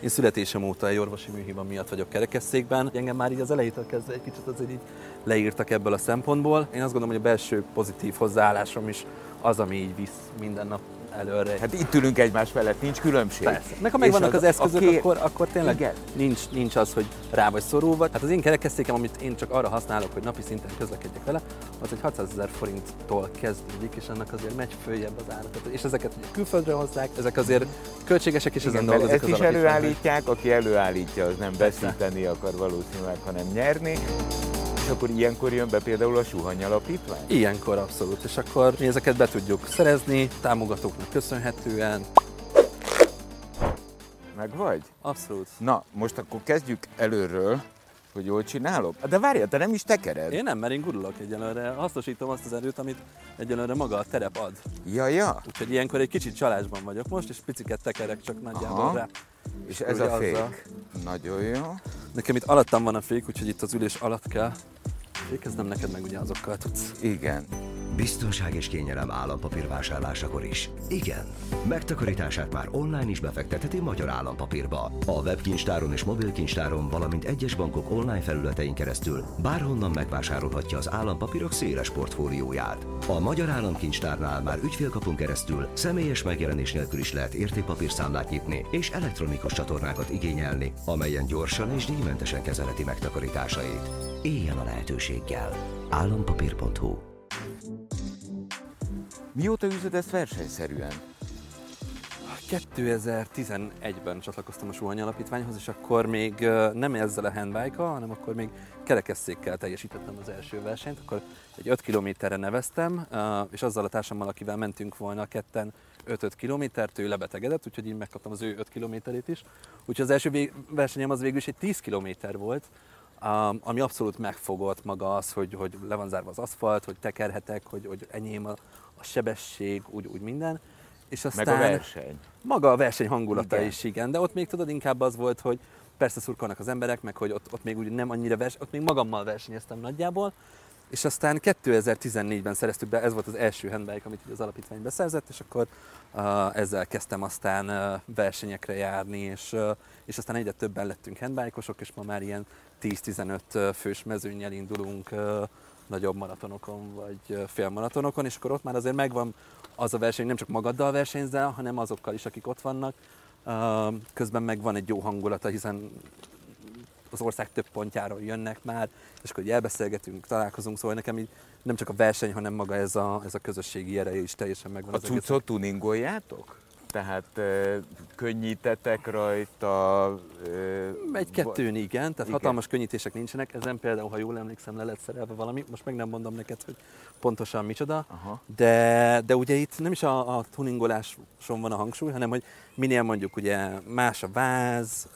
Én születésem óta egy orvosi műhiba miatt vagyok kerekesszékben. Engem már így az elejétől kezdve egy kicsit azért így leírtak ebből a szempontból. Én azt gondolom, hogy a belső pozitív hozzáállásom is az, ami így visz minden nap előre. Hát itt ülünk egymás mellett, nincs különbség. Persze. Meg ha megvannak az eszközök, akkor tényleg nincs az, hogy rá vagy szorulva. Hát az én kerekesszékem, amit én csak arra használok, hogy napi szinten közlekedjek vele, az egy 600 000 forinttól kezdődik, és annak azért megy följebb az ára. És ezeket ugye külföldre hozzák, ezek azért költségesek, és ezen dolgozik az alapítvány. Ezt is előállítják, aki előállítja, az nem veszíteni akar valószínűleg, hanem nyerni. És akkor ilyenkor jön be például a Suhany Alapítvány? Ilyenkor abszolút, és akkor mi ezeket be tudjuk szerezni, támogatóknak köszönhetően. Meg vagy? Abszolút. Na, most akkor kezdjük előről, hogy jól csinálok. De várjál, te nem is tekered? Én nem, mert én gurulok egyelőre. Hasznosítom azt az erőt, amit egyelőre maga a terep ad. Ja. Úgyhogy ilyenkor egy kicsit csalásban vagyok most, és piciket tekerek csak nagyjából rá. És ez a fék. Nagyon jó. Nekem itt alattam van a fék, úgyhogy itt az ülés alatt kell fékezném, neked meg ugye azokkal tudsz. Igen. Biztonság és kényelem állampapír vásárlásakor is. Igen. Megtakarítását már online is befektetheti Magyar Állampapírba. A webkincstáron és mobilkincstáron, valamint egyes bankok online felületein keresztül bárhonnan megvásárolhatja az állampapírok széles portfólióját. A Magyar Államkincstárnál már ügyfélkapun keresztül személyes megjelenés nélkül is lehet értékpapírszámlát nyitni és elektronikus csatornákat igényelni, amelyen gyorsan és díjmentesen kezelheti megtakarításait. Éljen a lehetőséggel. Állampapír.hu. Mióta űzöd ezt versenyszerűen? 2011-ben csatlakoztam a Suhany Alapítványhoz, és akkor még nem ezzel a handbike-kal, hanem akkor még kerekesszékkel teljesítettem az első versenyt. Akkor egy 5 kilométerre neveztem, és azzal a társammal, akivel mentünk volna ketten 5-5 kilométert, ő lebetegedett, úgyhogy így megkaptam az ő 5 kilométerét is. Úgyhogy az első versenyem az végül is egy 10 kilométer volt, ami abszolút megfogott maga az, hogy le van zárva az aszfalt, hogy tekerhetek, hogy enyém a sebesség, úgy minden. És aztán meg a verseny. Maga a verseny hangulata is, igen. De ott még tudod, inkább az volt, hogy persze szurkolnak az emberek, meg hogy ott még úgy nem annyira ott még magammal versenyeztem nagyjából. És aztán 2014-ben szereztük be, ez volt az első handbike, amit az alapítvány beszerzett, és akkor ezzel kezdtem aztán versenyekre járni, és aztán egyre többen lettünk handbike-osok, és ma már ilyen 10-15 fős mezőnnyel indulunk nagyobb maratonokon, vagy félmaratonokon, és akkor ott már azért megvan az a verseny, nem csak magaddal versenyzel, hanem azokkal is, akik ott vannak. Közben meg van egy jó hangulata, hiszen az ország több pontjáról jönnek már, és akkor elbeszélgetünk, találkozunk, szóval nekem így nem csak a verseny, hanem maga ez a közösségi ereje is teljesen megvan. A cuccot tuningoljátok? Tehát könnyítetek rajta? Egy-kettőn igen, tehát hatalmas könnyítések nincsenek. Ezen például, ha jól emlékszem, le lett szerelve valami. Most meg nem mondom neked, hogy pontosan micsoda. De ugye itt nem is a tuningoláson van a hangsúly, hanem hogy minél mondjuk ugye más a váz,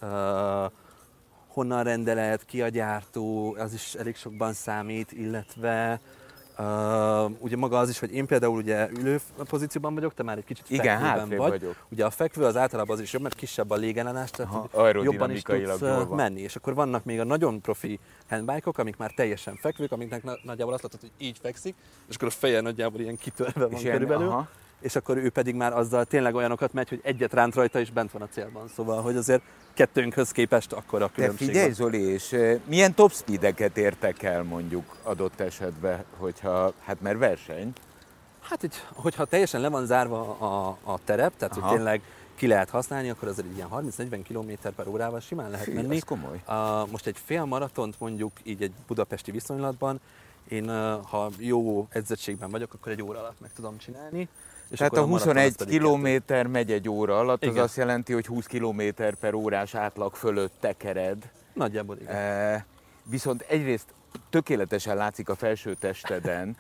honnan rendelet, ki a gyártó, az is elég sokban számít, illetve ugye maga az is, hogy én például ugye ülő pozícióban vagyok, te már egy kicsit fekvőben vagyok. Ugye a fekvő az általában az is jobb, mert kisebb a légellenást, tehát jobban is tudsz menni. És akkor vannak még a nagyon profi handbike-ok, amik már teljesen fekvők, amiknek nagyjából azt látod, hogy így fekszik, és akkor a feje nagyjából ilyen kitörve van körülbelül. És akkor ő pedig már azzal tényleg olyanokat megy, hogy egyet ránt rajta és bent van a célban. Szóval, hogy azért kettőnkhöz képest akkor a különbség. De figyelj Zoli, és milyen top speedeket értek el mondjuk adott esetben, hogyha, hát mert verseny? Hát, hogyha teljesen le van zárva a terep, tehát hogy tényleg ki lehet használni, akkor azért ilyen 30-40 km/h simán lehet menni. Ez komoly. Most egy fél maratont mondjuk így egy budapesti viszonylatban, én ha jó edzettségben vagyok, akkor egy óra alatt meg tudom csinálni. És tehát a 21 kilométer megy egy óra alatt, az azt jelenti, hogy 20 km/h átlag fölött tekered. Nagyjából igen. Viszont egyrészt tökéletesen látszik a felső testeden,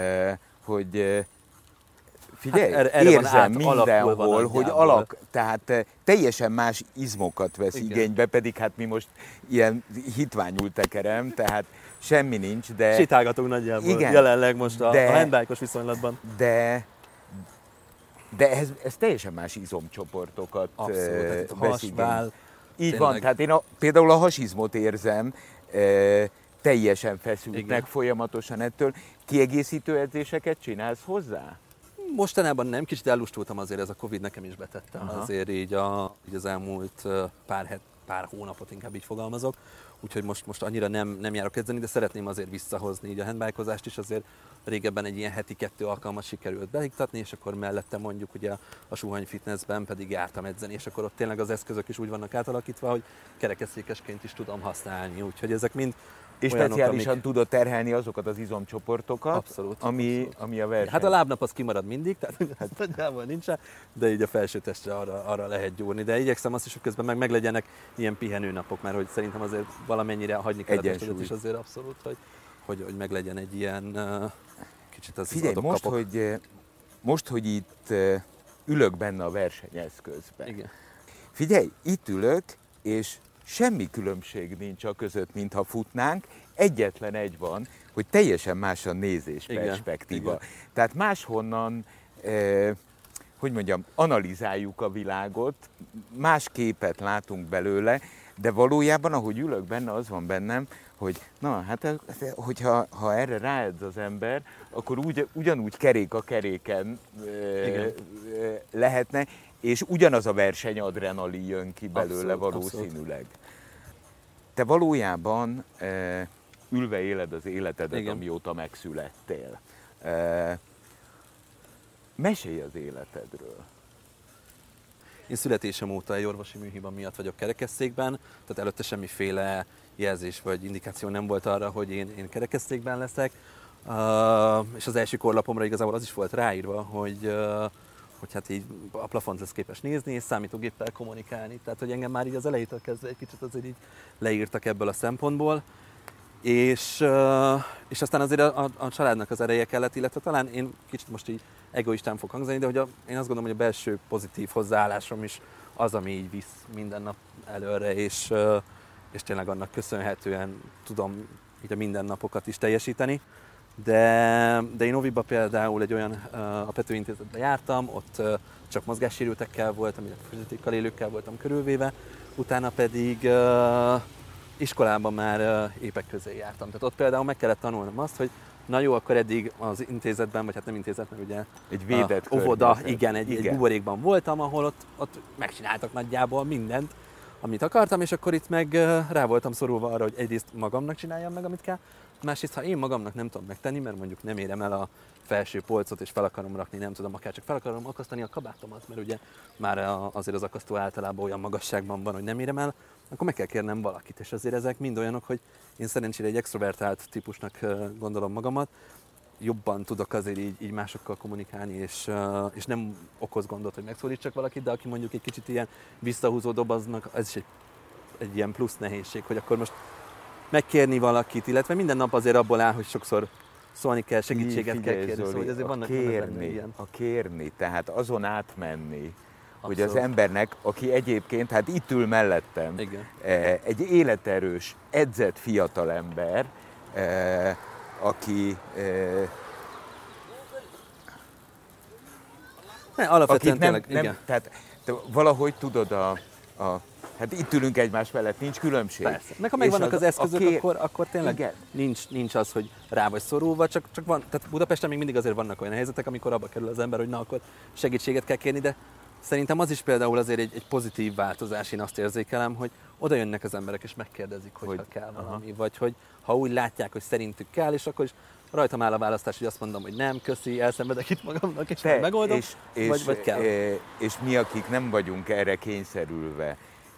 hogy figyelj, érzem mindenhol, hogy tehát teljesen más izmokat vesz igénybe, pedig hát mi most ilyen hitványul tekerem, tehát semmi nincs, de... Sétálgatunk nagyjából, jelenleg most a handbike-os viszonylatban. De ez teljesen más izomcsoportokat vesz igénybe. Így van, tehát én például a hasizmot érzem, teljesen feszültnek folyamatosan ettől. Kiegészítő edzéseket csinálsz hozzá? Mostanában nem, kicsit ellustultam azért, ez a Covid nekem is betette. Azért így az elmúlt pár hónapot, inkább így fogalmazok. Úgyhogy most annyira nem járok edzeni, de szeretném azért visszahozni így a handbike-ozást is. Azért régebben egy ilyen heti 2 alkalmat sikerült beiktatni, és akkor mellette mondjuk ugye a Suhany Fitnessben pedig jártam edzeni, és akkor ott tényleg az eszközök is úgy vannak átalakítva, hogy kerekesszékesként is tudom használni. Úgyhogy ezek mind és speciálisan tudod terhelni azokat az izomcsoportokat, abszolút. Ami a verseny. Hát a lábnap az kimarad mindig, tehát nagyjából nincsen, de így a felső testre arra lehet gyúrni. De igyekszem azt is, hogy közben meg legyenek ilyen pihenőnapok, mert hogy szerintem azért valamennyire hagyni kell a testedet is azért abszolút, hogy meg legyen egy ilyen kicsit az figyelj, most, hogy itt ülök benne a versenyeszközben. Igen. Figyelj, itt ülök, és semmi különbség nincs a között, mintha futnánk. Egyetlen egy van, hogy teljesen más a nézés perspektíva. Igen. Tehát máshonnan, analizáljuk a világot, más képet látunk belőle, de valójában, ahogy ülök benne, az van bennem, hogy hogyha erre ráedz az ember, akkor ugyanúgy kerék a keréken lehetne, és ugyanaz a versenyadrenalin jön ki belőle valószínűleg. Abszolút. Te valójában ülve éled az életedet, igen, amióta megszülettél. Mesélj az életedről. Én születésem óta egy orvosi műhiba miatt vagyok kerekesszékben, tehát előtte semmiféle jelzés vagy indikáció nem volt arra, hogy én kerekesszékben leszek. És az első korlapomra igazából az is volt ráírva, hogy hát így a plafont lesz képes nézni, és számítógéppel kommunikálni. Tehát, hogy engem már így az elejétől kezdve egy kicsit azért így leírtak ebből a szempontból. És aztán azért a családnak az ereje kellett, illetve talán én kicsit most így egoistán fog hangzani, de hogy én azt gondolom, hogy a belső pozitív hozzáállásom is az, ami így visz minden nap előre, és tényleg annak köszönhetően tudom így a mindennapokat is teljesíteni. De én Oviba például egy olyan a Pető Intézetben jártam, ott csak mozgássérültekkel voltam, illetve fogyatékkal élőkkel voltam körülvéve, utána pedig iskolában már épek közé jártam. Tehát ott például meg kellett tanulnom azt, hogy na jó, akkor eddig az intézetben, vagy hát nem intézet, mert ugye egy védett óvoda, igen, egy buborékban voltam, ahol ott megcsináltak nagyjából mindent, amit akartam, és akkor itt meg rá voltam szorulva arra, hogy egyrészt magamnak csináljam meg, amit kell, másrészt, ha én magamnak nem tudom megtenni, mert mondjuk nem érem el a felső polcot, és fel akarom rakni, nem tudom, akár csak fel akarom akasztani a kabátomat, mert ugye már azért az akasztó általában olyan magasságban van, hogy nem érem el, akkor meg kell kérnem valakit, és azért ezek mind olyanok, hogy én szerencsére egy extrovertált típusnak gondolom magamat, jobban tudok azért így másokkal kommunikálni, és nem okoz gondot, hogy megszólítsak valakit, de aki mondjuk egy kicsit ilyen visszahúzó dobaznak, ez is egy ilyen plusz nehézség, hogy akkor most megkérni valakit, illetve minden nap azért abból áll, hogy sokszor szólni kell, segítséget kell kérni, Zoli, szóval azért vannak ilyen. A kérni, tehát azon átmenni, abszolút, hogy az embernek, aki egyébként, hát itt ül mellettem, igen, egy életerős, edzett fiatalember, aki alapvetően nem, tehát valahogy tudod hát itt ülünk egymás mellett, nincs különbség. Persze. Meg ha megvannak az eszközök, akkor tényleg nincs az, hogy rá vagy szorulva, csak van, tehát Budapesten még mindig azért vannak olyan helyzetek, amikor abba kerül az ember, hogy na, akkor segítséget kell kérni, de szerintem az is például azért egy pozitív változás, én azt érzékelem, hogy oda jönnek az emberek és megkérdezik, hogy kell valami, vagy hogy ha úgy látják, hogy szerintük kell, és akkor is rajtam áll a választás, hogy azt mondom, hogy nem, köszi, elszenvedek itt magamnak, és megoldom, vagy kell. És mi, akik nem vagyunk erre kényszerülve,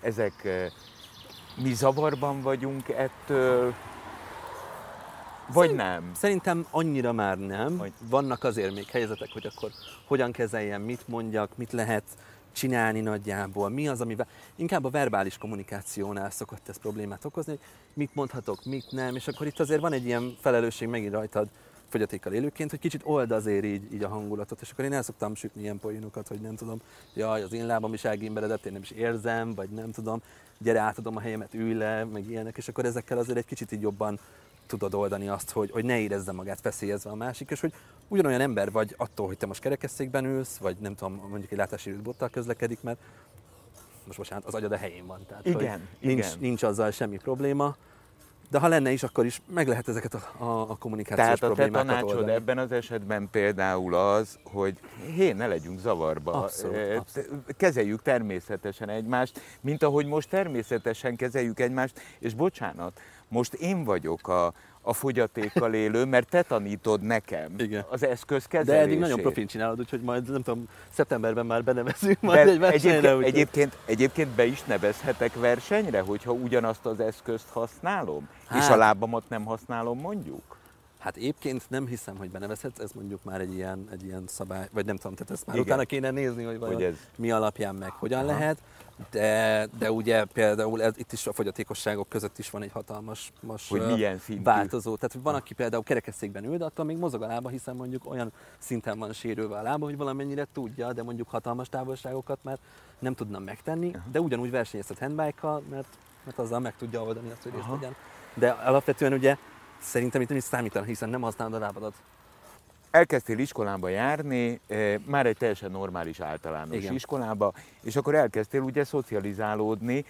mi zavarban vagyunk ettől, vagy nem? Szerintem annyira már nem. Vannak azért még helyzetek, hogy akkor hogyan kezeljem, mit mondjak, mit lehet csinálni nagyjából, mi az, amivel... Inkább a verbális kommunikációnál szokott ez problémát okozni, hogy mit mondhatok, mit nem, és akkor itt azért van egy ilyen felelősség megint rajtad fogyatékkal élőként, hogy kicsit old azért így a hangulatot, és akkor én el szoktam sütni ilyen poénokat, hogy nem tudom, jaj, az én lábam is elgémberedett, én nem is érzem, vagy nem tudom, gyere, átadom a helyemet, ülj le, meg ilyenek, és akkor ezekkel azért egy kicsit így jobban tudod oldani azt, hogy ne érezze magát feszélyezve a másik, és hogy ugyanolyan ember vagy attól, hogy te most kerekesszékben ülsz, vagy nem tudom, mondjuk egy látássérült bottal közlekedik, mert most bocsánat, az agyad a helyén van, tehát igen. Nincs azzal semmi probléma, De ha lenne is, akkor is meg lehet ezeket a kommunikációs problémákat oldani. Tehát a te tanácsod oldani. ebben az esetben például az, hogy ne legyünk zavarba. Abszolút. Kezeljük természetesen egymást, mint ahogy most természetesen kezeljük egymást, és bocsánat, most én vagyok a fogyatékkal élő, mert te tanítod nekem az eszközkezelését. De eddig nagyon profin csinálod, úgyhogy majd nem tudom, szeptemberben már benevezünk majd egy versenyre. Egyébként be is nevezhetek versenyre, hogyha ugyanazt az eszközt használom, és a lábamat nem használom mondjuk? Hát éppként nem hiszem, hogy benevezhetsz, ez mondjuk már egy ilyen szabály, vagy nem tudom, tehát ezt már utána kéne nézni, hogy ez mi alapján meg hogyan lehet, de ugye például itt is a fogyatékosságok között is van egy hatalmas változó. Tehát van, aki például kerekesszékben ül, de attól még mozog a lába, hiszen mondjuk olyan szinten van sérülve a lába, hogy valamennyire tudja, de mondjuk hatalmas távolságokat már nem tudna megtenni, de ugyanúgy versenyezhet handbike-kal, mert azzal meg tudja oldani azt, hogy részt legyen. De alapvetően ugye szerintem itt nem is számítanak, hiszen nem használod a lábadat. Elkezdtél iskolába járni, már egy teljesen normális általános iskolába, és akkor elkezdtél ugye szocializálódni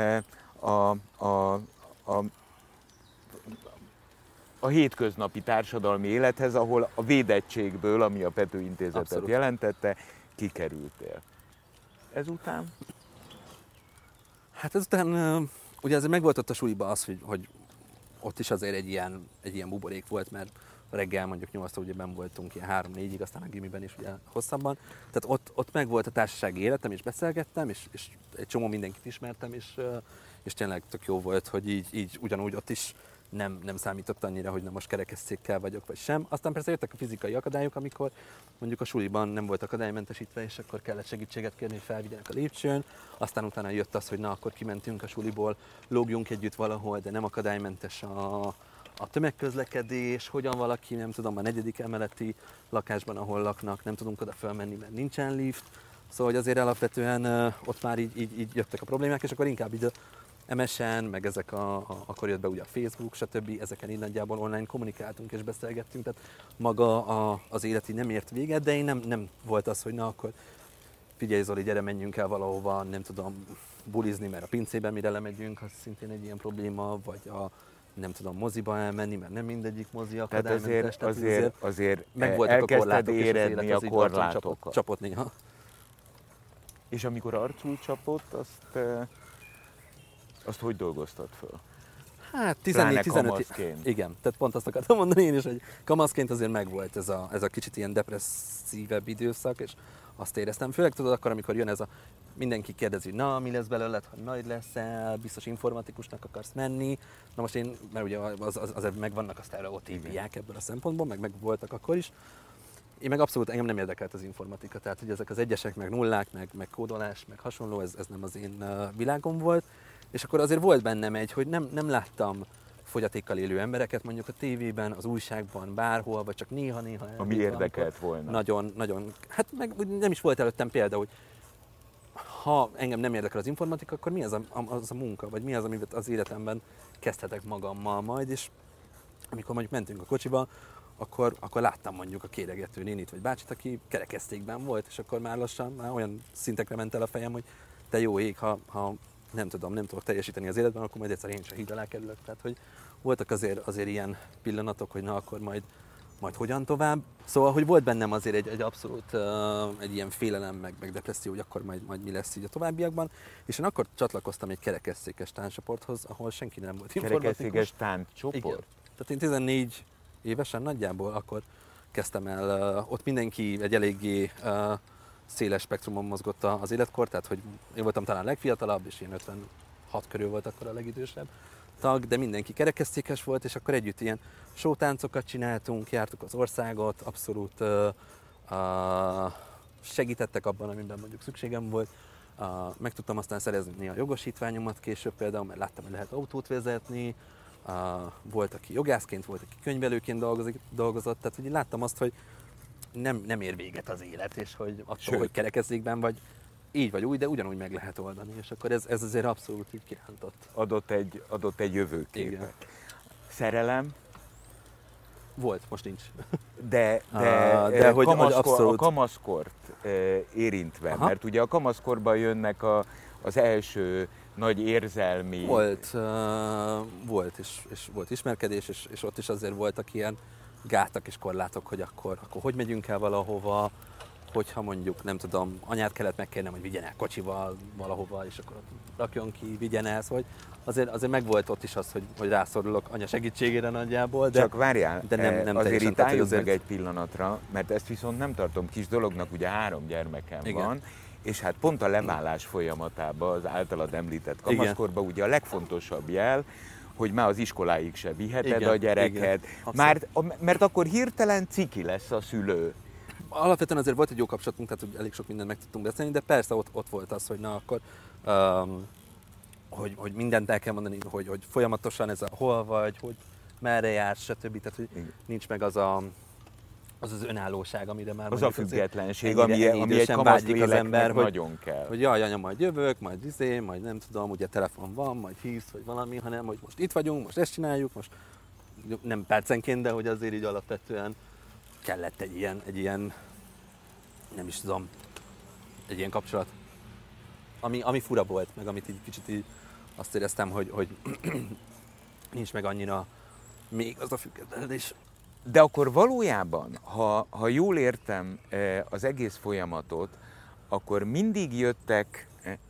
a hétköznapi társadalmi élethez, ahol a védettségből, ami a Pető Intézetet jelentette, kikerültél. Ezután? Hát ezután ugye azért megvolt ott a suliba az, hogy ott is azért egy ilyen buborék volt, mert reggel mondjuk 8-tól ugye benn voltunk ilyen 3-4-ig, aztán a gimiben is ugye hosszabban. Tehát ott meg volt a társasági életem, és beszélgettem, és egy csomó mindenkit ismertem, és tényleg tök jó volt, hogy így ugyanúgy ott is nem számított annyira, hogy na most kerekesszékkel vagyok, vagy sem. Aztán persze jöttek a fizikai akadályok, amikor mondjuk a suliban nem volt akadálymentesítve, és akkor kellett segítséget kérni, hogy felvigyenek a lépcsőn. Aztán utána jött az, hogy na akkor kimentünk a suliból, lógjunk együtt valahol, de nem akadálymentes a tömegközlekedés, hogyan valaki, nem tudom, a 4. emeleti lakásban, ahol laknak, nem tudunk oda fölmenni, mert nincsen lift. Szóval hogy azért alapvetően ott már így jöttek a problémák, és akkor inkább így MSN, meg ezek akkor jött be ugye a Facebook, stb. Ezeken így nagyjából online kommunikáltunk és beszélgettünk, tehát maga az élet így nem ért véget, de én nem volt az, hogy na akkor figyelj Zoli, gyere, menjünk el valahova, nem tudom, bulizni, mert a pincében mire lemegyünk, az szintén egy ilyen probléma, vagy nem tudom, moziba elmenni, mert nem mindegyik mozi akadálymentes. Tehát azért megvoltak a korlátok, érezni és az a korlátokat. Csapott néha. És amikor arcul csapott, azt hogy dolgoztad föl? Hát 14-15. Igen, tehát pont azt akartam mondani én is, hogy kamaszként azért megvolt ez a kicsit ilyen depresszívebb időszak, és azt éreztem. Főleg tudod akkor, amikor jön ez mindenki kérdezi, na mi lesz belőled, ha nagy leszel, biztos informatikusnak akarsz menni. Na most én, mert ugye azért megvannak a sztereotípiák ebből a szempontból, meg voltak akkor is. Én meg abszolút engem nem érdekelt az informatika, tehát hogy ezek az egyesek, meg nullák, meg kódolás, meg hasonló, ez nem az én világom volt. És akkor azért volt bennem hogy nem láttam fogyatékkal élő embereket mondjuk a tévében, az újságban, bárhol, vagy csak néha-néha. Ami érdekelt volna. Nagyon, hát meg nem is volt előttem példa, hogy ha engem nem érdekel az informatika, akkor mi az a munka, vagy mi az, amit az életemben kezdhetek magammal majd, és amikor mondjuk mentünk a kocsiba, akkor láttam mondjuk a kéregető nénit vagy bácsit, aki kerekesszékben volt, és akkor már lassan olyan szintekre ment el a fejem, hogy te jó ég, ha nem tudok teljesíteni az életben, akkor majd egyszer én is a híd alá kerülök. Tehát, hogy voltak azért ilyen pillanatok, hogy na akkor majd hogyan tovább. Szóval, hogy volt bennem azért egy abszolút egy ilyen félelem, meg depresszió, hogy akkor majd mi lesz így a továbbiakban. És én akkor csatlakoztam egy kerekesszékes tánccsoporthoz, ahol senki nem volt informatikus. Kerekesszékes tánccsoport? Igen. Tehát én 14 évesen nagyjából akkor kezdtem el, ott mindenki egy eléggé széles spektrumon mozgott az életkor, tehát hogy én voltam talán a legfiatalabb, és ilyen 56 körül volt akkor a legidősebb tag, de mindenki kerekesszékes volt, és akkor együtt ilyen showtáncokat csináltunk, jártuk az országot, abszolút segítettek abban, amiben mondjuk szükségem volt. Meg tudtam aztán szerezni a jogosítványomat később például, mert láttam, hogy lehet autót vezetni, volt, aki jogászként, volt, aki könyvelőként dolgozott, tehát hogy én láttam azt, hogy nem ér véget az élet, és hogy attól, hogy kerekesszékben vagy, így vagy úgy, de ugyanúgy meg lehet oldani, és akkor ez azért abszolút így kirántott. Adott egy jövőképet. Szerelem? Volt, most nincs. De hogy abszolút... a kamaszkort érintve, mert ugye a kamaszkorban jönnek az első nagy érzelmi... Volt, és volt ismerkedés, és ott is azért voltak ilyen gátak és korlátok, hogy akkor hogy megyünk el valahova, hogyha mondjuk, nem tudom, anyát kellett megkérnem, hogy vigyen el kocsival valahova, és akkor rakjon ki, vigyen el, szóval azért megvolt ott is az, hogy rászorulok anya segítségére nagyjából, de, csak várjál, de nem azért itt álljunk azért... meg egy pillanatra, mert ezt viszont nem tartom kis dolognak, ugye 3 gyermekem Igen. van, és hát pont a leválás folyamatában, az általad említett kamaszkorban ugye a legfontosabb jel, hogy már az iskoláig se viheted a gyereket, mert akkor hirtelen ciki lesz a szülő. Alapvetően azért volt egy jó kapcsolatunk, tehát hogy elég sok mindent meg tudtunk beszélni, de persze ott volt az, hogy na akkor, hogy mindent el kell mondani, hogy folyamatosan ez a hol vagy, hogy merre jársz, stb. Tehát, hogy nincs meg az az önállóság, amire már az a függetlenség, ami egy kamaszléleknek nagyon kell. Hogy jaj, anya, majd jövök, majd nem tudom, ugye telefon van, majd hívsz, vagy valami, hanem hogy most itt vagyunk, most ezt csináljuk, most nem percenként, de hogy azért így alapvetően kellett egy ilyen, nem is tudom, egy ilyen kapcsolat, ami fura volt, meg amit így kicsit így azt éreztem, hogy nincs meg annyira még az a függetlenedés. De akkor valójában, ha jól értem az egész folyamatot, akkor mindig jöttek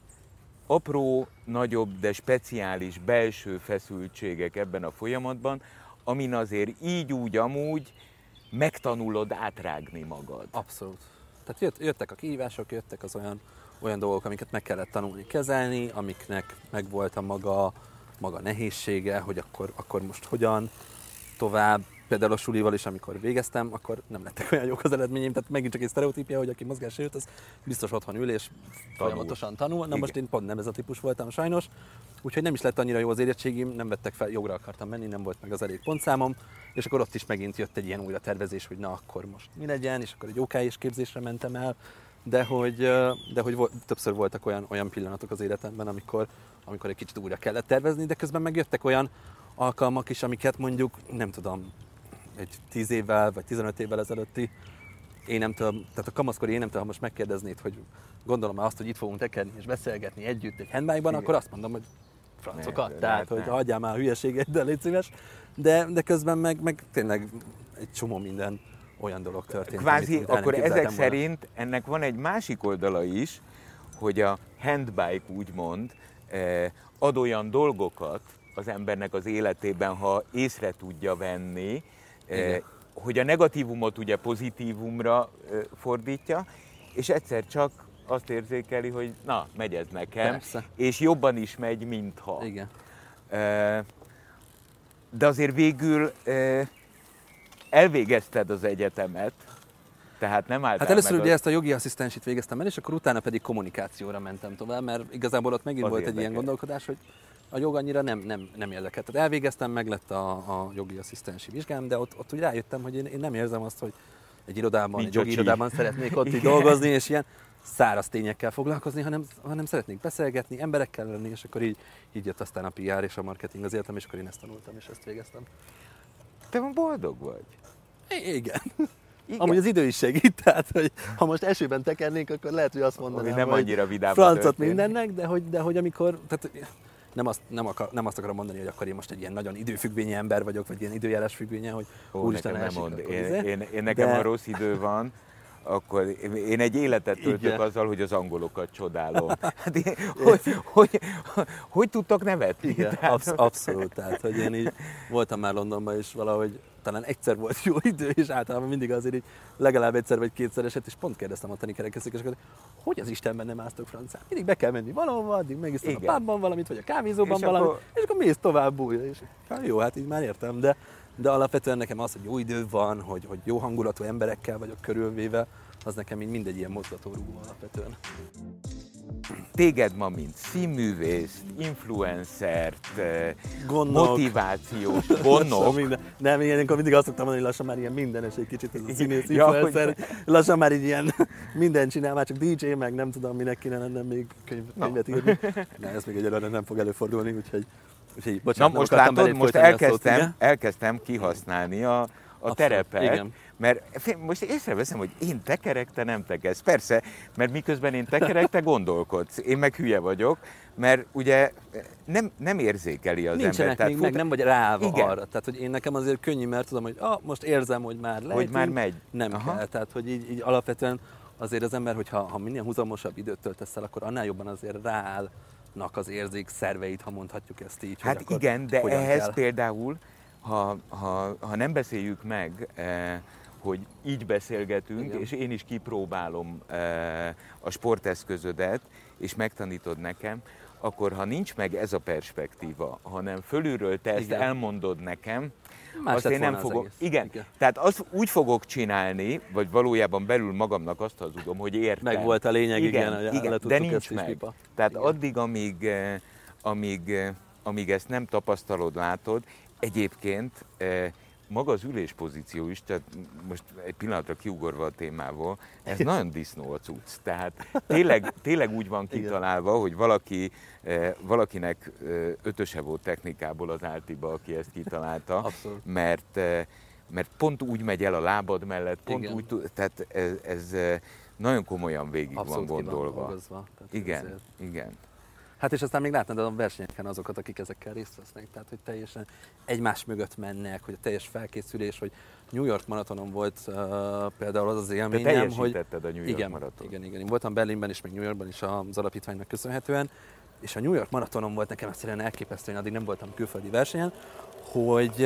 apró, nagyobb, de speciális belső feszültségek ebben a folyamatban, amin azért így, úgy, amúgy megtanulod átrágni magad. Abszolút. Tehát jöttek a kihívások, jöttek az olyan dolgok, amiket meg kellett tanulni kezelni, amiknek megvolt a maga nehézsége, hogy akkor most hogyan tovább. Például a sulival is, amikor végeztem, akkor nem lettek olyan jók az eredményeim, tehát megint csak egy sztereotípia, hogy aki mozgássérült, az biztos otthon ül és folyamatosan tanul. Na most én pont nem ez a típus voltam sajnos, úgyhogy nem is lett annyira jó az érettségim, nem vettek fel, jogra akartam menni, nem volt meg az elég pontszámom, és akkor ott is megint jött egy ilyen újratervezés, hogy na akkor most mi legyen, és akkor egy OK-s képzésre mentem el, de hogy többször voltak olyan pillanatok az életemben, amikor egy kicsit újra kellett tervezni, de közben megjöttek olyan alkalmak is, amiket mondjuk, nem tudom, egy 10 évvel vagy 15 évvel ezelőtti, én nem tudom, tehát a kamaszkori én nem tudom, ha most megkérdeznéd, hogy gondolom azt, hogy itt fogunk tekerni és beszélgetni együtt egy handbike-ban, akkor azt mondom, hogy francokat, tehát hogy hagyjál már a hülyeséget, de légy szíves. De közben meg tényleg egy csomó minden olyan dolog történt. Kvázi, akkor ezek szerint ennek van egy másik oldala is, hogy a handbike úgymond ad olyan dolgokat az embernek az életében, ha észre tudja venni, hogy a negatívumot ugye pozitívumra fordítja, és egyszer csak azt érzékeli, hogy na, megy ez nekem, persze. És jobban is megy, mintha. Igen. De azért végül elvégezted az egyetemet, tehát nem álltál Hát először ugye ezt a jogi asszisztensit végeztem el, és akkor utána pedig kommunikációra mentem tovább, mert igazából ott megint volt egy ilyen gondolkodás, hogy a jog annyira nem érdekelt. Tehát elvégeztem, meg lett a jogi asszisztensi vizsgám, de ott úgy rájöttem, hogy én nem érzem azt, hogy egy irodában, egy jogi irodában szeretnék ott így dolgozni, és ilyen száraz tényekkel foglalkozni, hanem szeretnék beszélgetni, emberekkel lenni, és akkor így jött aztán a PR és a marketing az életem, és akkor én ezt tanultam, és ezt végeztem. Te boldog vagy? Igen. Amúgy az idő is segít, tehát hogy ha most esőben tekernénk, akkor lehet, hogy azt mondanám, nem annyira vidám francot mindennek, de hogy amikor, tehát nem azt akarom mondani, hogy akkor én most egy ilyen nagyon időfüggvényű ember vagyok, vagy ilyen időjárás függvénye, hogy úristen nem mond. Én nekem ha rossz idő van, akkor én egy életet töltök azzal, hogy az angolokat csodálom. Hát hogy tudtak nevetni? Igen, abszolút. Tehát, hogy én így voltam már Londonban, és valahogy talán egyszer volt jó idő, és általában mindig azért így legalább egyszer vagy kétszer esett, és pont kérdeztem a tani kerekesszékeseket, hogy az Istenben nem másztok francán. Mindig be kell menni valahova, addig megisztok a pubban valamit, vagy a kávézóban valamit, és akkor mész tovább újra. És jó, hát így már értem, de alapvetően nekem az, hogy jó idő van, hogy jó hangulatú emberekkel vagyok körülvéve, az nekem mindegy ilyen mozgatórugó alapvetően. Téged ma mint színművészt, influencert, motivációs gondnok. Nem, ilyenkor mindig azt szoktam mondani, hogy lassan már ilyen mindenes egy kicsit ez a színész influencer. Lassan már így ilyen mindent csinál, már csak DJ, meg nem tudom, minek kéne lennem még könyvet írni. Ez még egyelőre nem fog előfordulni, úgyhogy bocsánat. Na most látod, most elkezdtem kihasználni a terepet, igen. Mert most észreveszem, hogy én tekerek, te nem tekersz. Persze, mert miközben én tekerek, te gondolkodsz. Én meg hülye vagyok, mert ugye nem érzékeli az nincsenek ember. Még meg nem vagy ráva arra. Tehát, hogy én nekem azért könnyű, mert tudom, hogy most érzem, hogy már lejtünk. Hogy már megy. Nem kell. Tehát, hogy így alapvetően azért az ember, hogyha minél húzamosabb időt töltesz el, akkor annál jobban azért ráállnak az érzékszerveid, ha mondhatjuk ezt így. Hát igen, de ehhez kell. Például, ha nem beszéljük meg, hogy így beszélgetünk, igen. És én is kipróbálom a sporteszközödet, és megtanítod nekem, akkor ha nincs meg ez a perspektíva, hanem fölülről te ezt elmondod nekem, azt én nem fogok. Igen, tehát azt úgy fogok csinálni, vagy valójában belül magamnak azt hazudom, hogy értem. Meg volt a lényeg, igen, de nincs meg. Tehát igen. Addig, amíg ezt nem tapasztalod, látod, egyébként maga az üléspozíció is, tehát most egy pillanatra kiugorva a témából, ez nagyon disznó a cucc. Tehát tényleg úgy van kitalálva, hogy valakinek ötöse volt technikából az Altiba, aki ezt kitalálta, mert pont úgy megy el a lábad mellett, pont igen. Úgy, tehát ez nagyon komolyan végig abszolút van gondolva. Igen. Hát és aztán még látnád a versenyeken azokat, akik ezekkel részt vesznek, tehát hogy teljesen egymás mögött mennek, hogy a teljes felkészülés, hogy New York maratonon volt például az élményem, hogy... Te teljesítetted a New York maraton. Igen. Én voltam Berlinben is, meg New Yorkban is az alapítványnak köszönhetően, és a New York maratonon volt nekem egyszerűen elképesztő, én addig nem voltam külföldi versenyen, hogy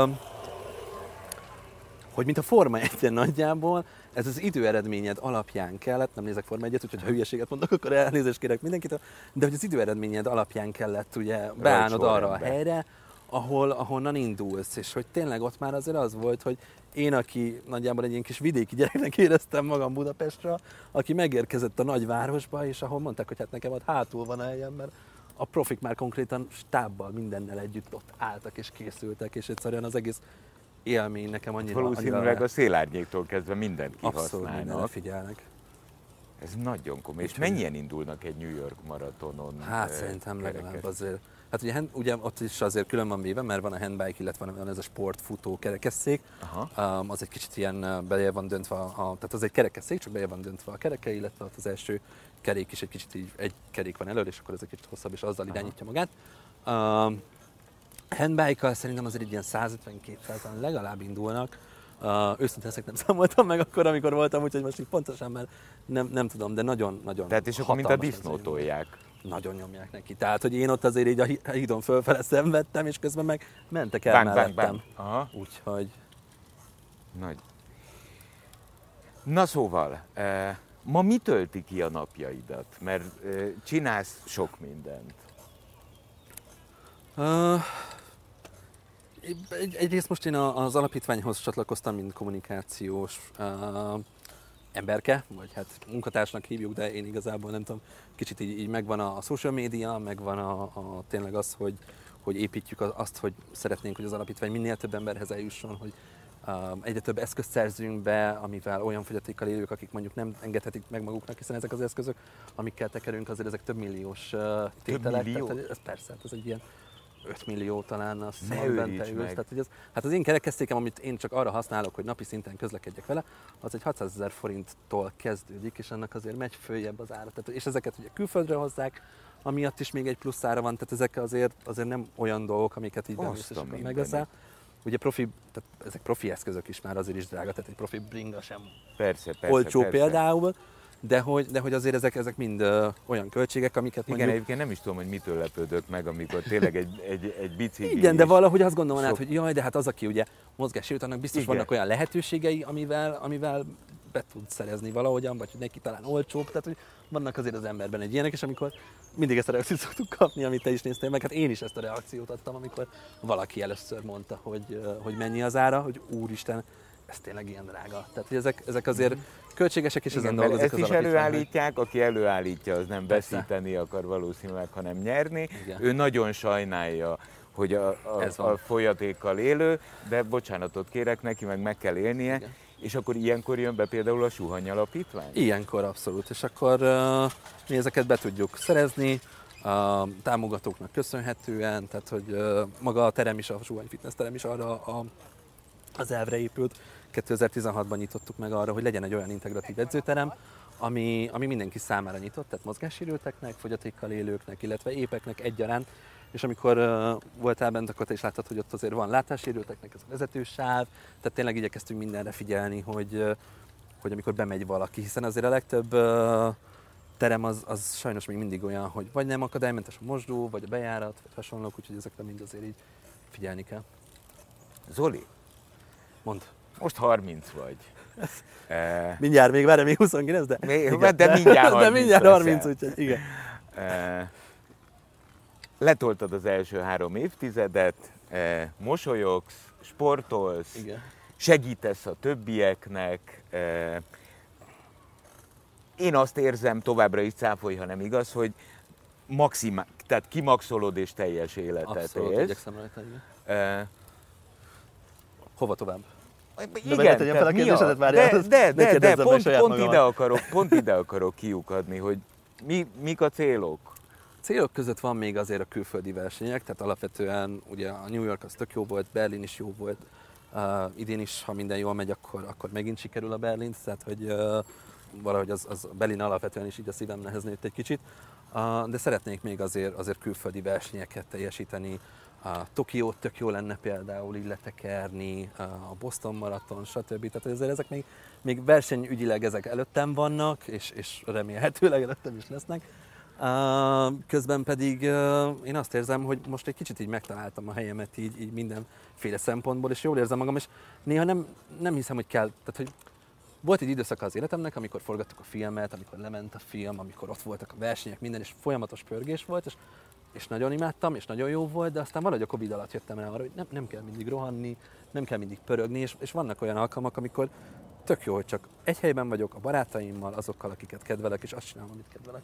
mint a Forma 1-en nagyjából, ez az időeredményed alapján kellett, nem nézek Forma 1-et, úgyhogy ha hülyeséget mondok, akkor elnézést kérek mindenkitől, de hogy az időeredményed alapján kellett ugye beállnod arra a helyre, ahonnan indulsz, és hogy tényleg ott már azért az volt, hogy én, aki nagyjából egy ilyen kis vidéki gyereknek éreztem magam Budapestre, aki megérkezett a nagyvárosba, és ahol mondták, hogy hát nekem ott hátul van a helyem, mert a profik már konkrétan stábbal mindennel együtt ott álltak és készültek, és egyszerűen az egész élmény nekem annyira... Valószínűleg a szélárnyéktól kezdve mindent kihasználnak. Abszolút figyelnek. Ez nagyon komoly. És mennyien indulnak egy New York maratonon? Hát szerintem legalább azért. Hát ugye ott is azért külön van véve, mert van a handbike, illetve van ez a sportfutó kerekesszék. Az egy kicsit ilyen beje van döntve, tehát az egy kerekesszék, csak beje van döntve a kereke, illetve az első kerék is egy kicsit így, egy kerék van elől, és akkor ez egy kicsit hosszabb, és azzal irányítja magát. Handbike-kal szerintem azért egy ilyen 150-200-an legalább indulnak. Őszintén nem számoltam meg akkor, amikor voltam, úgyhogy most így pontosan, mert nem tudom, de nagyon tehát és akkor mint a disznót tolják. Nagyon nyomják neki. Tehát, hogy én ott azért így a hídon fölfele szenvedtem, és közben meg mentek el mellettem. Úgyhogy... Nagy. Na szóval, ma mi tölti ki a napjaidat? Mert csinálsz sok mindent. Egyrészt most én az alapítványhoz csatlakoztam, mint kommunikációs emberke, vagy hát munkatársnak hívjuk, de én igazából nem tudom, kicsit így megvan a social media, megvan tényleg az, hogy építjük azt, hogy szeretnénk, hogy az alapítvány minél több emberhez eljusson, hogy egyre több eszközt szerzünk be, amivel olyan fogyatékkal élők, akik mondjuk nem engedhetik meg maguknak, hiszen ezek az eszközök, amikkel tekerünk, azért ezek több milliós tételek. Több millió? Tehát, ez persze, ez egy ilyen 5 millió talán a szemben te ülsz. Tehát, hogy hát az én kerekesszékem, amit én csak arra használok, hogy napi szinten közlekedjek vele, az egy 600 000 forinttól kezdődik, és ennek azért megy följebb az ára. Tehát, és ezeket ugye külföldre hozzák, amiatt is még egy plusz ára van, tehát ezek azért nem olyan dolgok, amiket így bemész, és akkor megveszel. Ugye tehát ezek profi eszközök is már azért is drága, tehát egy profi bringa sem olcsó például. De hogy azért ezek mind olyan költségek, amiket igen, mondjuk... egyébként nem is tudom, hogy mitől lepődök meg, amikor tényleg egy bicikli... Igen, de valahogy azt gondolnád, hogy jaj, de hát az, aki ugye mozgássérült, annak biztos vannak olyan lehetőségei, amivel be tud szerezni valahogyan, vagy hogy neki talán olcsóbb, tehát hogy vannak azért az emberben egy ilyenek, és amikor mindig ezt a reakciót szoktuk kapni, amit te is néztél meg, hát én is ezt a reakciót adtam, amikor valaki először mondta, hogy mennyi az ára, hogy úristen, ez tényleg ilyen drága. Tehát, hogy ezek azért költségesek, és ezen dolgozik az alapítvány. Ezt is előállítják, aki előállítja, az nem veszíteni akar valószínűleg, hanem nyerni. Igen. Ő nagyon sajnálja, hogy a folyatékkal élő, de bocsánatot kérek, neki meg kell élnie. Igen. És akkor ilyenkor jön be például a Suhany Alapítvány? Ilyenkor abszolút, és akkor mi ezeket be tudjuk szerezni, a támogatóknak köszönhetően, tehát hogy maga a terem is, a Suhany Fitness terem is arra az elvre épült. 2016-ban nyitottuk meg arra, hogy legyen egy olyan integratív edzőterem, ami mindenki számára nyitott, tehát mozgássérülteknek, fogyatékkal élőknek, illetve épeknek egyaránt. És amikor voltál bent, akkor te is láttad, hogy ott azért van látássérülteknek ez a vezetősáv, tehát tényleg igyekeztünk mindenre figyelni, hogy amikor bemegy valaki, hiszen azért a legtöbb terem az sajnos még mindig olyan, hogy vagy nem akadálymentes a mosdó, vagy a bejárat, vagy hasonlók, úgyhogy ezekre mind azért így figyelni kell. Zoli, mondd. Most 30 vagy. Mindjárt még 29, de... De mindjárt 30. De mindjárt 30, úgyhogy igen. Letoltad az első 3 évtizedet, mosolyogsz, sportolsz, igen. Segítesz a többieknek. Én azt érzem, továbbra is cáfolj, ha nem igaz, hogy tehát kimaxolod és teljes életet élsz. Abszolút, igyekszem rajta, igen. Hova tovább? Igen, de pont ide akarok kiukadni, hogy mik a célok? A célok között van még azért a külföldi versenyek, tehát alapvetően ugye a New York az tök jó volt, Berlin is jó volt, idén is, ha minden jól megy, akkor megint sikerül a Berlin, tehát hogy valahogy az Berlin alapvetően is így a szívemhez nőtt egy kicsit, de szeretnék még azért külföldi versenyeket teljesíteni. Tokiót tök jó lenne például így letekerni, a Boston maraton, stb. Tehát azért ezek még versenyügyileg ezek előttem vannak, és remélhetőleg előttem is lesznek. Közben pedig én azt érzem, hogy most egy kicsit így megtaláltam a helyemet így mindenféle szempontból, és jól érzem magam, és néha nem hiszem, hogy kell, tehát hogy volt egy időszaka az életemnek, amikor forgattuk a filmet, amikor lement a film, amikor ott voltak a versenyek, minden, és folyamatos pörgés volt, és nagyon imádtam, és nagyon jó volt, de aztán valahogy a Covid alatt jöttem rá arra, hogy nem kell mindig rohanni, nem kell mindig pörögni, és vannak olyan alkalmak, amikor tök jó, hogy csak egy helyben vagyok a barátaimmal, azokkal, akiket kedvelek, és azt csinálom, amit kedvelek.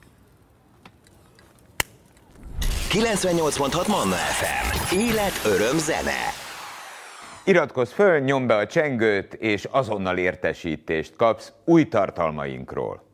98.6 Manna FM. Élet, öröm, zene. Iratkozz föl, nyomd be a csengőt, és azonnal értesítést kapsz új tartalmainkról.